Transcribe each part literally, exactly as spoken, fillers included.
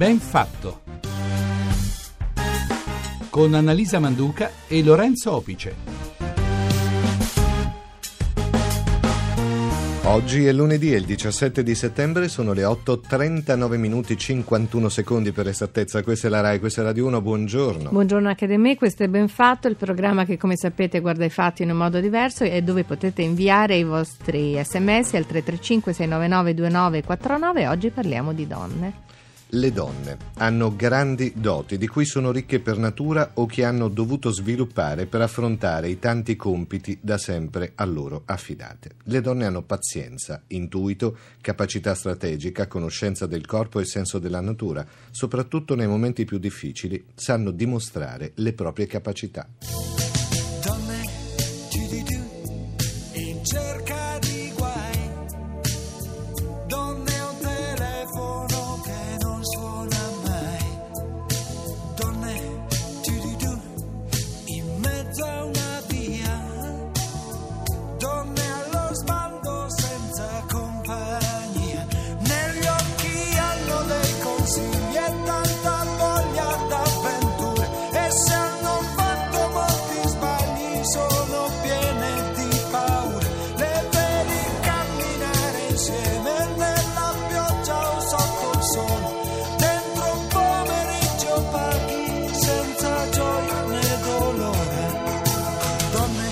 Ben fatto, con Annalisa Manduca e Lorenzo Opice. Oggi è lunedì, è il diciassette di settembre, sono le otto e trentanove minuti cinquantuno secondi per esattezza. Questa è la Rai, questa è Radio uno, buongiorno. Buongiorno anche da me, questo è Ben Fatto, il programma che come sapete guarda i fatti in un modo diverso e dove potete inviare i vostri sms al tre tre cinque sei nove nove due nove quattro nove. Oggi parliamo di donne. Le donne hanno grandi doti di cui sono ricche per natura o che hanno dovuto sviluppare per affrontare i tanti compiti da sempre a loro affidate. Le donne hanno pazienza, intuito, capacità strategica, conoscenza del corpo e senso della natura. Soprattutto nei momenti più difficili sanno dimostrare le proprie capacità. Donne, in cerca di guai, donne un telefono che non suona mai, donne in mezzo a una via, donne allo sbando senza compagnia, negli occhi hanno dei consigli e tanta voglia d'avventure, e se hanno fatto molti sbagli sono piene di paure, le vedi camminare insieme nella pioggia o sotto il sole, dentro un pomeriggio paghi senza gioia né dolore. Donne,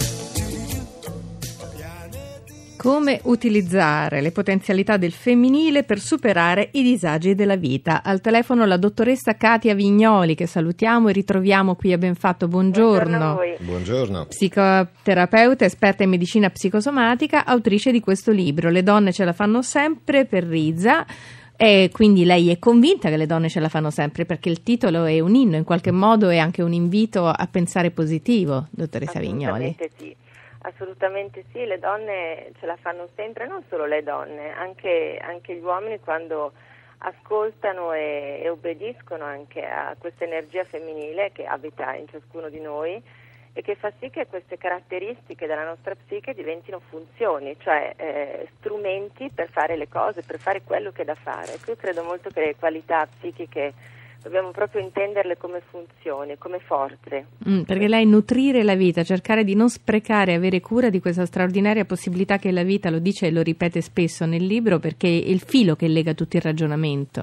pianeti. Come utilizzare le potenzialità del femminile per superare i disagi della vita? Al telefono la dottoressa Katia Vignoli, che salutiamo e ritroviamo qui a Ben Fatto. Buongiorno. Buongiorno a voi. Buongiorno. Psicoterapeuta, esperta in medicina psicosomatica, autrice di questo libro Le donne ce la fanno sempre, per Rizza. E quindi lei è convinta che le donne ce la fanno sempre, perché il titolo è un inno, in qualche modo è anche un invito a pensare positivo, dottoressa Vignoli. Assolutamente sì, assolutamente sì, le donne ce la fanno sempre, non solo le donne, anche, anche gli uomini, quando ascoltano e, e obbediscono anche a questa energia femminile che abita in ciascuno di noi e che fa sì che queste caratteristiche della nostra psiche diventino funzioni, cioè eh, strumenti per fare le cose, per fare quello che è da fare. Io credo molto che le qualità psichiche dobbiamo proprio intenderle come funzioni, come forze. Mm, perché lei nutrire la vita, cercare di non sprecare, avere cura di questa straordinaria possibilità che è la vita, lo dice e lo ripete spesso nel libro, perché è il filo che lega tutto il ragionamento.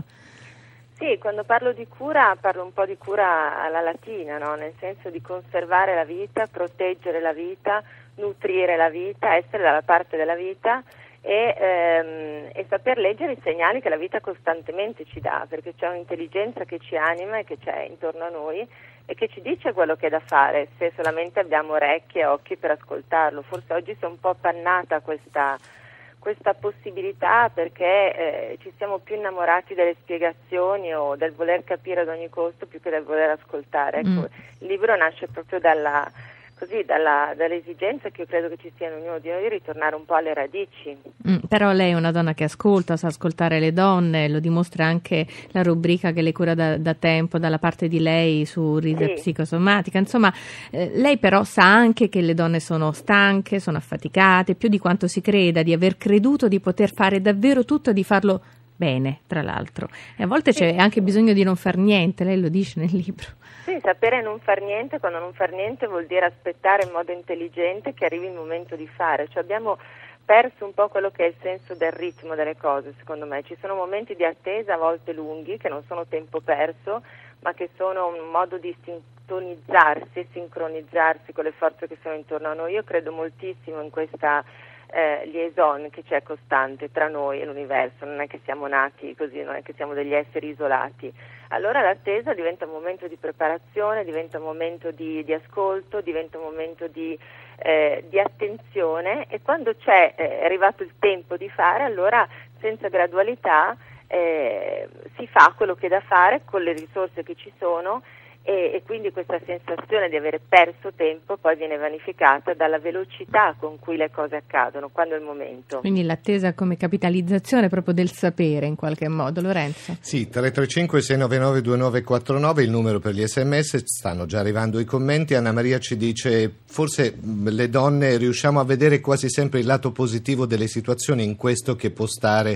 Sì, quando parlo di cura parlo un po' di cura alla latina, no? Nel senso di conservare la vita, proteggere la vita, nutrire la vita, essere dalla parte della vita e, ehm, e saper leggere i segnali che la vita costantemente ci dà, perché c'è un'intelligenza che ci anima e che c'è intorno a noi e che ci dice quello che è da fare, se solamente abbiamo orecchie e occhi per ascoltarlo. Forse oggi si è un po' appannata questa questa possibilità perché eh, ci siamo più innamorati delle spiegazioni o del voler capire ad ogni costo più che del voler ascoltare. Ecco, mm. Il libro nasce proprio dalla, così, dalla, dall'esigenza che io credo che ci sia in ognuno di noi di ritornare un po' alle radici. Mm, però lei è una donna che ascolta, sa ascoltare le donne, lo dimostra anche la rubrica che le cura da, da tempo dalla parte di lei su Rizza Sì. Psicosomatica. Insomma, eh, lei però sa anche che le donne sono stanche, sono affaticate, più di quanto si creda, di aver creduto di poter fare davvero tutto e di farlo bene, tra l'altro. E a volte Sì. c'è anche bisogno di non far niente, lei lo dice nel libro. Sì, sapere non far niente, quando non far niente vuol dire aspettare in modo intelligente che arrivi il momento di fare. Cioè abbiamo perso un po' quello che è il senso del ritmo delle cose, secondo me. Ci sono momenti di attesa, a volte lunghi, che non sono tempo perso, ma che sono un modo di sintonizzarsi e sincronizzarsi con le forze che sono intorno a noi. Io credo moltissimo in questa eh, liaison che c'è costante tra noi e l'universo, non è che siamo nati così, non è che siamo degli esseri isolati. Allora l'attesa diventa un momento di preparazione, diventa un momento di, di ascolto, diventa un momento di, eh, di attenzione, e quando c'è eh, è arrivato il tempo di fare, allora senza gradualità eh, si fa quello che è da fare con le risorse che ci sono e, e quindi questa sensazione di avere perso tempo poi viene vanificata dalla velocità con cui le cose accadono, quando è il momento. Quindi l'attesa come capitalizzazione proprio del sapere in qualche modo. Lorenzo? Sì, tre tre cinque sei nove nove due nove quattro nove il numero per gli sms, stanno già arrivando i commenti. Anna Maria ci dice: forse le donne riusciamo a vedere quasi sempre il lato positivo delle situazioni, in questo che postare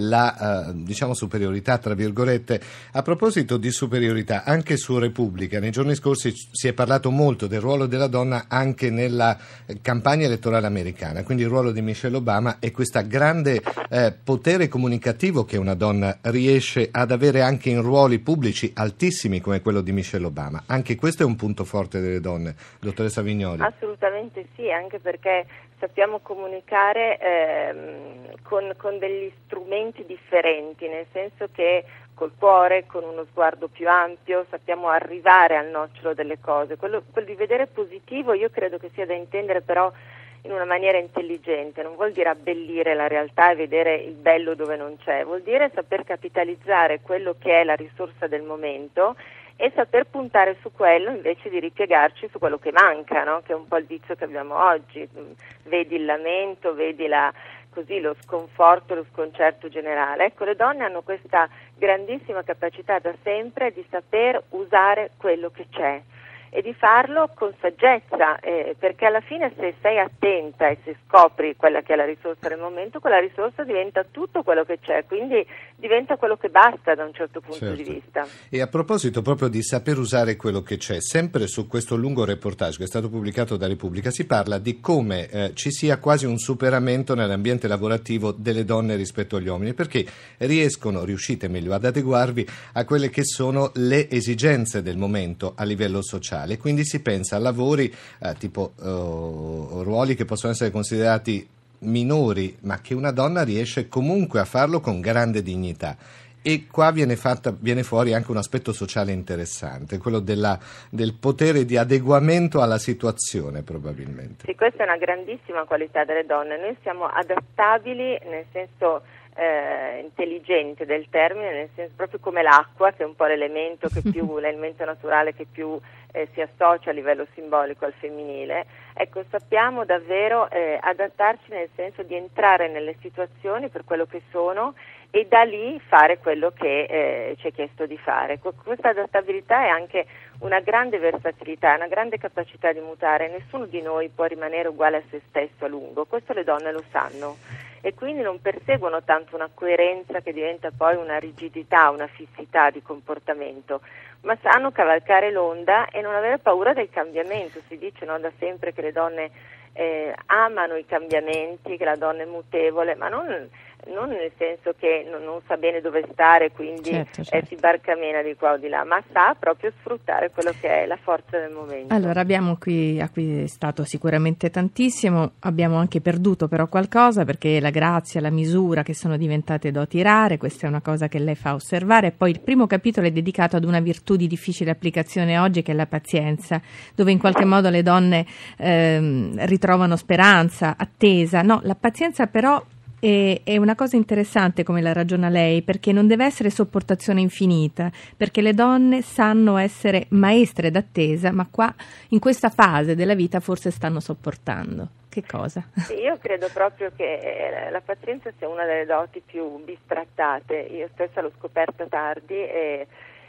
la eh, diciamo superiorità tra virgolette. A proposito di superiorità, anche su Repubblica nei giorni scorsi si è parlato molto del ruolo della donna anche nella campagna elettorale americana, quindi il ruolo di Michelle Obama e questo grande eh, potere comunicativo che una donna riesce ad avere anche in ruoli pubblici altissimi come quello di Michelle Obama. Anche questo è un punto forte delle donne, dottoressa Vignoli. Assolutamente sì, anche perché sappiamo comunicare ehm, con, con degli strumenti differenti, nel senso che col cuore, con uno sguardo più ampio, sappiamo arrivare al nocciolo delle cose. Quello, quello di vedere positivo io credo che sia da intendere però in una maniera intelligente, non vuol dire abbellire la realtà e vedere il bello dove non c'è, vuol dire saper capitalizzare quello che è la risorsa del momento e saper puntare su quello invece di ripiegarci su quello che manca, no? Che è un po' il vizio che abbiamo oggi. Vedi il lamento, vedi la, così lo sconforto, lo sconcerto generale. Ecco, le donne hanno questa grandissima capacità da sempre di saper usare quello che c'è e di farlo con saggezza, eh, perché alla fine se sei attenta e se scopri quella che è la risorsa del momento, quella risorsa diventa tutto quello che c'è, quindi diventa quello che basta da un certo punto certo. di vista. E a proposito proprio di saper usare quello che c'è, sempre su questo lungo reportage che è stato pubblicato da Repubblica si parla di come eh, ci sia quasi un superamento nell'ambiente lavorativo delle donne rispetto agli uomini, perché riescono, riuscite meglio ad adeguarvi a quelle che sono le esigenze del momento a livello sociale. Quindi si pensa a lavori eh, tipo eh, ruoli che possono essere considerati minori, ma che una donna riesce comunque a farlo con grande dignità. E qua viene, fatta, viene fuori anche un aspetto sociale interessante, quello della, del potere di adeguamento alla situazione, probabilmente. Sì, questa è una grandissima qualità delle donne. Noi siamo adattabili nel senso eh, intelligente del termine, nel senso proprio come l'acqua, che è un po' l'elemento che più l'elemento naturale che più eh, si associa a livello simbolico al femminile. Ecco, sappiamo davvero eh, adattarci nel senso di entrare nelle situazioni per quello che sono e da lì fare quello che eh, ci è chiesto di fare. Questa adattabilità è anche una grande versatilità, una grande capacità di mutare. Nessuno di noi può rimanere uguale a se stesso a lungo, questo le donne lo sanno e quindi non perseguono tanto una coerenza che diventa poi una rigidità, una fissità di comportamento, ma sanno cavalcare l'onda e non avere paura del cambiamento. Si dice, no, da sempre che le donne eh, amano i cambiamenti, che la donna è mutevole, ma non non nel senso che non, non sa bene dove stare, quindi certo, certo. Eh, si barcamena di qua o di là, ma sa proprio sfruttare quello che è la forza del momento. Allora, abbiamo qui acquistato sicuramente tantissimo, abbiamo anche perduto però qualcosa, perché la grazia, la misura che sono diventate doti rare, questa è una cosa che lei fa osservare. E poi il primo capitolo è dedicato ad una virtù di difficile applicazione oggi, che è la pazienza, dove in qualche modo le donne ehm, ritrovano speranza, attesa. No, la pazienza però E, è una cosa interessante come la ragiona lei, perché non deve essere sopportazione infinita, perché le donne sanno essere maestre d'attesa, ma qua in questa fase della vita forse stanno sopportando. Che cosa? Sì, io credo proprio che la pazienza sia una delle doti più bistrattate. Io stessa l'ho scoperta tardi e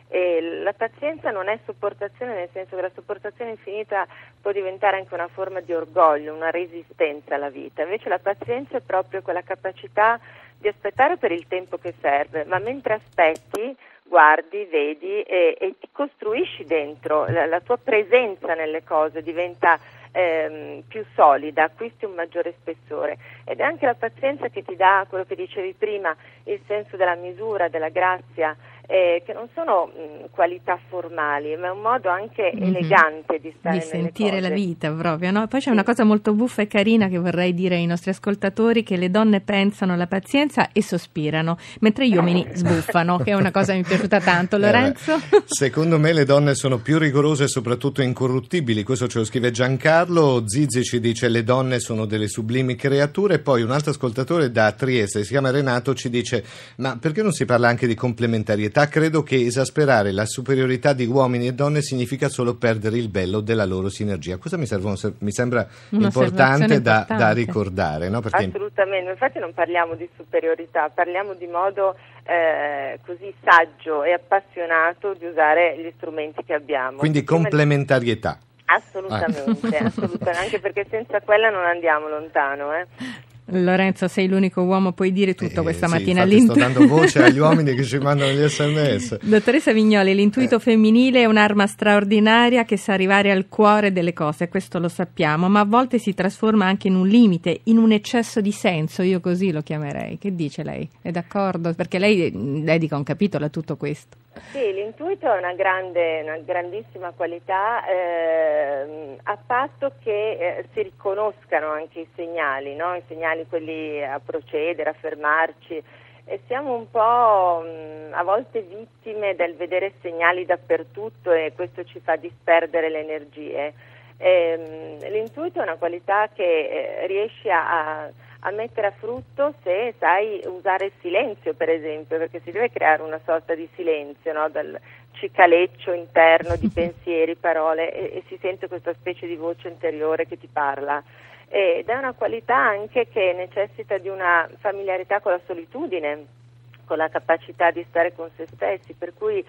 E la pazienza non è sopportazione, nel senso che la sopportazione infinita può diventare anche una forma di orgoglio, una resistenza alla vita. Invece la pazienza è proprio quella capacità di aspettare per il tempo che serve, ma mentre aspetti guardi, vedi e, e ti costruisci dentro, la, la tua presenza nelle cose diventa ehm, più solida, acquisti un maggiore spessore ed è anche la pazienza che ti dà quello che dicevi prima, il senso della misura, della grazia, eh, che non sono mh, qualità formali, ma è un modo anche mm-hmm. elegante di stare di nelle sentire cose. La vita proprio, no? Poi c'è sì. una cosa molto buffa e carina che vorrei dire ai nostri ascoltatori, che le donne pensano alla pazienza e sospirano, mentre gli uomini sbuffano, che è una cosa che mi è piaciuta tanto. Lorenzo? Eh, secondo me le donne sono più rigorose e soprattutto incorruttibili, questo ce lo scrive Giancarlo. Zizi ci dice le donne sono delle sublimi creature, e poi un altro ascoltatore da Trieste, si chiama Renato, ci dice ma perché non si parla anche di complementarietà realtà credo che esasperare la superiorità di uomini e donne significa solo perdere il bello della loro sinergia. Questo mi, serve, mi sembra importante da, importante da ricordare, no? Perché... Assolutamente, infatti non parliamo di superiorità, parliamo di modo eh, così saggio e appassionato di usare gli strumenti che abbiamo. Quindi Prima complementarietà. Di... Assolutamente, ah. assolutamente, anche perché senza quella non andiamo lontano. Eh. Lorenzo, sei l'unico uomo, puoi dire tutto eh, questa sì, mattina. Sto dando voce agli uomini che ci mandano gli sms. Dottoressa Vignoli, l'intuito eh. femminile è un'arma straordinaria che sa arrivare al cuore delle cose, questo lo sappiamo, ma a volte si trasforma anche in un limite, in un eccesso di senso, io così lo chiamerei. Che dice lei? È d'accordo? Perché lei dedica un capitolo a tutto questo. Sì, l'intuito è una grande, una grandissima qualità, eh, a patto che eh, si riconoscano anche i segnali, no? I segnali quelli a procedere, a fermarci, e siamo un po' mh, a volte vittime del vedere segnali dappertutto e questo ci fa disperdere le energie. E, mh, l'intuito è una qualità che eh, riesci a, a mettere a frutto se sai usare il silenzio, per esempio, perché si deve creare una sorta di silenzio, no? Dal cicaleccio interno di pensieri, parole, e, e si sente questa specie di voce interiore che ti parla. Ed è una qualità anche che necessita di una familiarità con la solitudine, con la capacità di stare con se stessi, per cui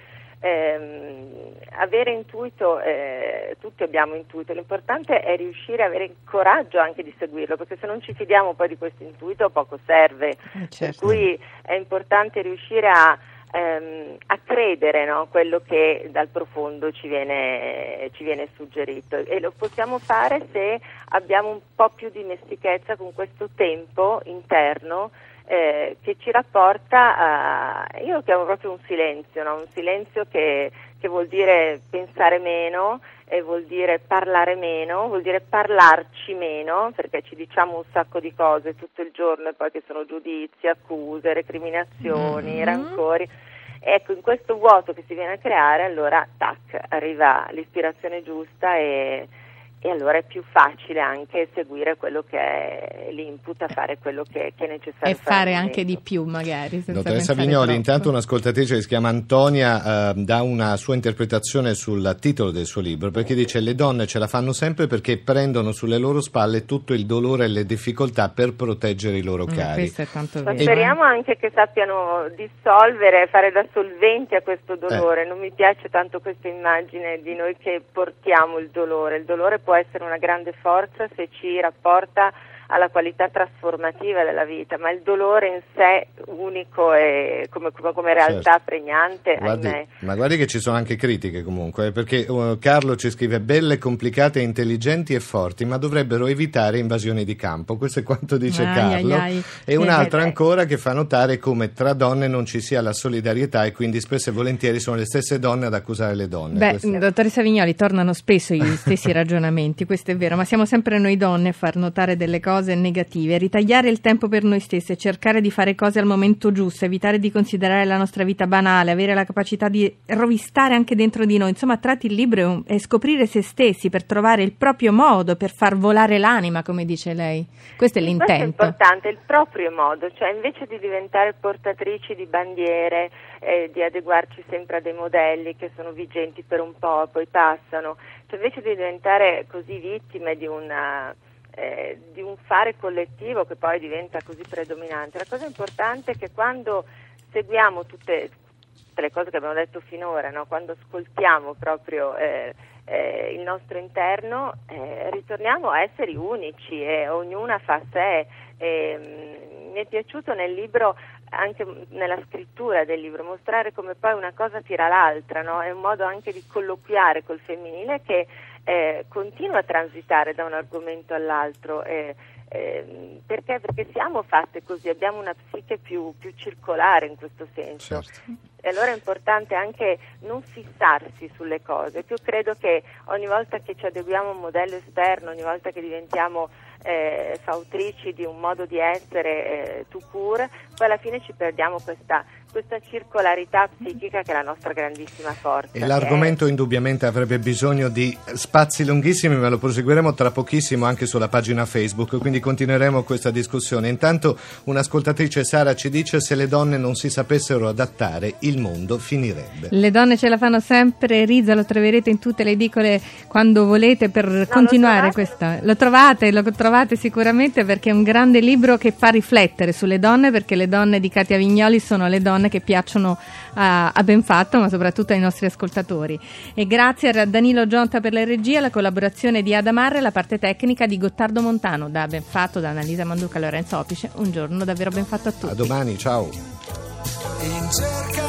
ehm, avere intuito, eh, tutti abbiamo intuito, l'importante è riuscire a avere il coraggio anche di seguirlo, perché se non ci fidiamo poi di questo intuito poco serve, certo. Per cui è importante riuscire a Ehm, a credere, no? Quello che dal profondo ci viene, ci viene suggerito, e lo possiamo fare se abbiamo un po' più dimestichezza con questo tempo interno eh, che ci rapporta a, io lo chiamo proprio un silenzio, no? Un silenzio che, che vuol dire pensare meno, e vuol dire parlare meno, vuol dire parlarci meno, perché ci diciamo un sacco di cose tutto il giorno e poi che sono giudizi, accuse, recriminazioni, mm-hmm. rancori. Ecco, in questo vuoto che si viene a creare, allora tac, arriva l'ispirazione giusta e, e allora è più facile anche seguire quello che è l'input, a fare quello che, che è necessario e fare, fare anche di più magari. Dottoressa Vignoli, troppo. Intanto un'ascoltatrice che si chiama Antonia eh, dà una sua interpretazione sul titolo del suo libro, perché dice: le donne ce la fanno sempre perché prendono sulle loro spalle tutto il dolore e le difficoltà per proteggere i loro cari. Mm, questo è tanto Ma vero. speriamo anche che sappiano dissolvere, fare da solventi a questo dolore. Eh. Non mi piace tanto questa immagine di noi che portiamo il dolore. Il dolore può essere una grande forza se ci rapporta alla qualità trasformativa della vita, ma il dolore in sé unico e come, come realtà certo. pregnante, guardi, ahimè. Ma guardi che ci sono anche critiche comunque, perché uh, Carlo ci scrive: belle, complicate, intelligenti e forti, ma dovrebbero evitare invasioni di campo. Questo è quanto dice ai, Carlo. Ai, ai. E un'altra eh, ancora che fa notare come tra donne non ci sia la solidarietà, e quindi spesso e volentieri sono le stesse donne ad accusare le donne. Beh, Questo... dottoressa Vignoli, tornano spesso gli stessi ragionamenti, questo è vero, ma siamo sempre noi donne a far notare delle cose negative, ritagliare il tempo per noi stesse, cercare di fare cose al momento giusto, evitare di considerare la nostra vita banale, avere la capacità di rovistare anche dentro di noi. Insomma, tratti il libro e scoprire se stessi per trovare il proprio modo, per far volare l'anima, come dice lei. Questo è l'intento. Questo è importante, il proprio modo, cioè invece di diventare portatrici di bandiere, eh, di adeguarci sempre a dei modelli che sono vigenti per un po' poi passano, cioè invece di diventare così vittime di una Eh, di un fare collettivo che poi diventa così predominante. La cosa importante è che quando seguiamo tutte, tutte le cose che abbiamo detto finora, no? Quando ascoltiamo proprio eh, eh, il nostro interno, eh, ritorniamo a esseri unici e ognuna fa sé. E, mh, mi è piaciuto nel libro, anche nella scrittura del libro, mostrare come poi una cosa tira l'altra, no? È un modo anche di colloquiare col femminile che Eh, continua a transitare da un argomento all'altro, eh, eh, perché? Perché siamo fatte così, abbiamo una psiche più, più circolare in questo senso. Certo. E allora è importante anche non fissarsi sulle cose. Io credo che ogni volta che ci adeguiamo a un modello esterno, ogni volta che diventiamo eh, fautrici di un modo di essere eh, tout court, poi alla fine ci perdiamo questa, questa circolarità psichica che è la nostra grandissima forza. E l'argomento è... indubbiamente avrebbe bisogno di spazi lunghissimi, ma lo proseguiremo tra pochissimo anche sulla pagina Facebook, quindi continueremo questa discussione. Intanto un'ascoltatrice, Sara, ci dice: se le donne non si sapessero adattare, il mondo finirebbe. Le donne ce la fanno sempre, Rizza, lo troverete in tutte le edicole quando volete per no, continuare lo questa. Lo trovate, lo trovate sicuramente, perché è un grande libro che fa riflettere sulle donne, perché le donne di Katia Vignoli sono le donne che piacciono a, a Benfatto, ma soprattutto ai nostri ascoltatori. E grazie a Danilo Gionta per la regia, la collaborazione di Ada Marra e la parte tecnica di Gottardo Montano. Da Benfatto, da Annalisa Manduca e Lorenzo Opice, un giorno davvero ben fatto a tutti. A domani, ciao. In cerca